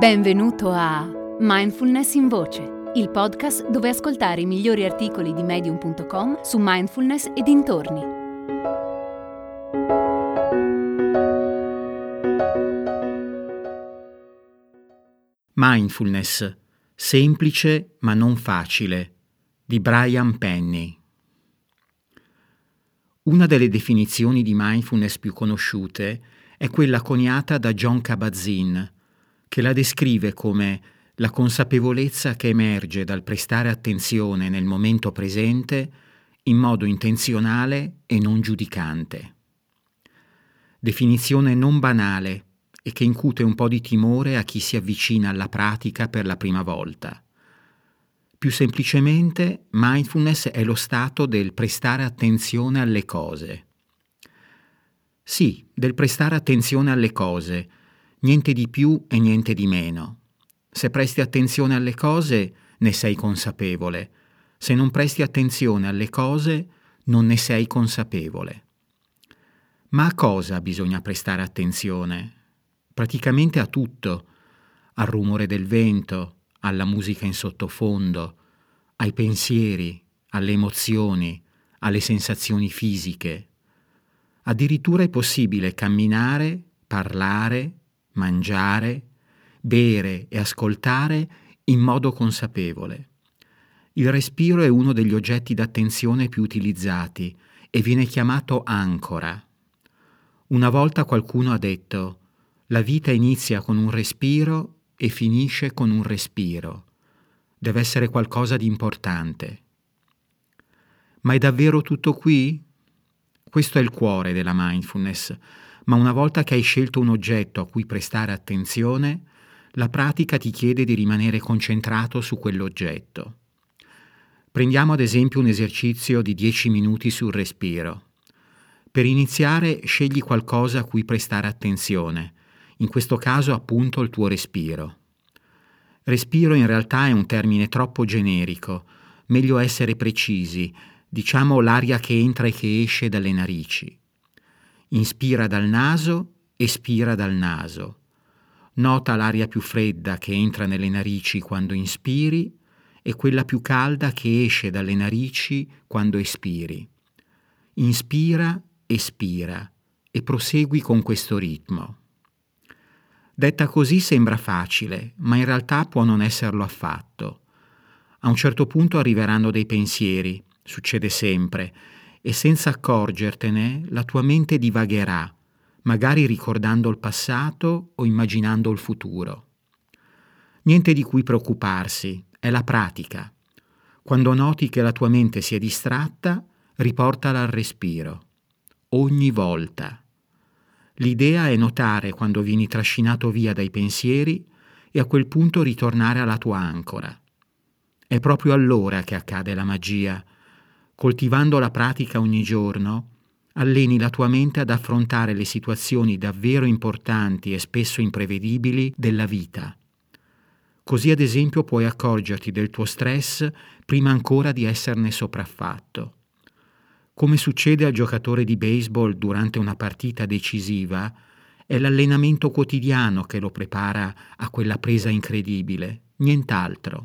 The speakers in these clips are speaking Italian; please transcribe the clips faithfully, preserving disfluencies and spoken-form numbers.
Benvenuto a Mindfulness in Voce, il podcast dove ascoltare i migliori articoli di medium punto com su mindfulness e dintorni. Mindfulness, semplice ma non facile, di Brian Penny. Una delle definizioni di mindfulness più conosciute è quella coniata da Jon Kabat-Zinn, che la descrive come la consapevolezza che emerge dal prestare attenzione nel momento presente in modo intenzionale e non giudicante. Definizione non banale e che incute un po' di timore a chi si avvicina alla pratica per la prima volta. Più semplicemente, mindfulness è lo stato del prestare attenzione alle cose. Sì, del prestare attenzione alle cose, niente di più e niente di meno. Se presti attenzione alle cose, ne sei consapevole. Se non presti attenzione alle cose, non ne sei consapevole. Ma a cosa bisogna prestare attenzione? Praticamente a tutto, al rumore del vento, alla musica in sottofondo, ai pensieri, alle emozioni, alle sensazioni fisiche. Addirittura è possibile camminare, parlare, mangiare, bere e ascoltare in modo consapevole. Il respiro è uno degli oggetti d'attenzione più utilizzati e viene chiamato ancora. Una volta qualcuno ha detto: la vita inizia con un respiro e finisce con un respiro. Deve essere qualcosa di importante. Ma è davvero tutto qui? Questo è il cuore della mindfulness, ma una volta che hai scelto un oggetto a cui prestare attenzione, la pratica ti chiede di rimanere concentrato su quell'oggetto. Prendiamo ad esempio un esercizio di dieci minuti sul respiro. Per iniziare, scegli qualcosa a cui prestare attenzione, in questo caso appunto il tuo respiro. Respiro in realtà è un termine troppo generico, meglio essere precisi, diciamo l'aria che entra e che esce dalle narici. Inspira dal naso, espira dal naso. Nota l'aria più fredda che entra nelle narici quando inspiri e quella più calda che esce dalle narici quando espiri. Inspira, espira e prosegui con questo ritmo. Detta così sembra facile, ma in realtà può non esserlo affatto. A un certo punto arriveranno dei pensieri, succede sempre, e senza accorgertene la tua mente divagherà, magari ricordando il passato o immaginando il futuro. Niente di cui preoccuparsi, è la pratica. Quando noti che la tua mente si è distratta, riportala al respiro. Ogni volta. L'idea è notare quando vieni trascinato via dai pensieri e a quel punto ritornare alla tua ancora. È proprio allora che accade la magia. Coltivando la pratica ogni giorno, alleni la tua mente ad affrontare le situazioni davvero importanti e spesso imprevedibili della vita. Così ad esempio puoi accorgerti del tuo stress prima ancora di esserne sopraffatto. Come succede al giocatore di baseball durante una partita decisiva, è l'allenamento quotidiano che lo prepara a quella presa incredibile, nient'altro.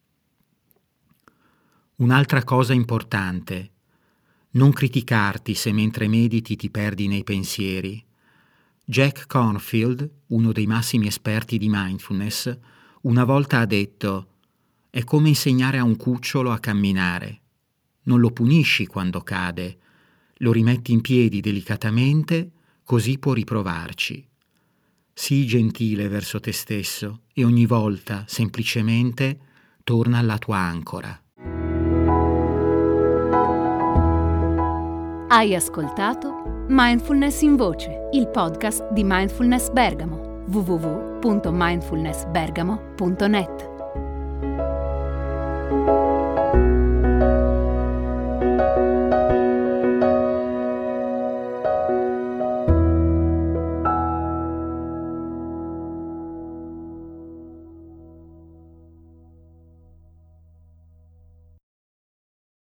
Un'altra cosa importante: non criticarti se mentre mediti ti perdi nei pensieri. Jack Kornfield, uno dei massimi esperti di mindfulness, una volta ha detto: è come insegnare a un cucciolo a camminare. Non lo punisci quando cade, lo rimetti in piedi delicatamente, così può riprovarci. Sii gentile verso te stesso e ogni volta, semplicemente, torna alla tua ancora. Hai ascoltato Mindfulness in Voce, il podcast di Mindfulness Bergamo, w w w punto mindfulness bergamo punto net.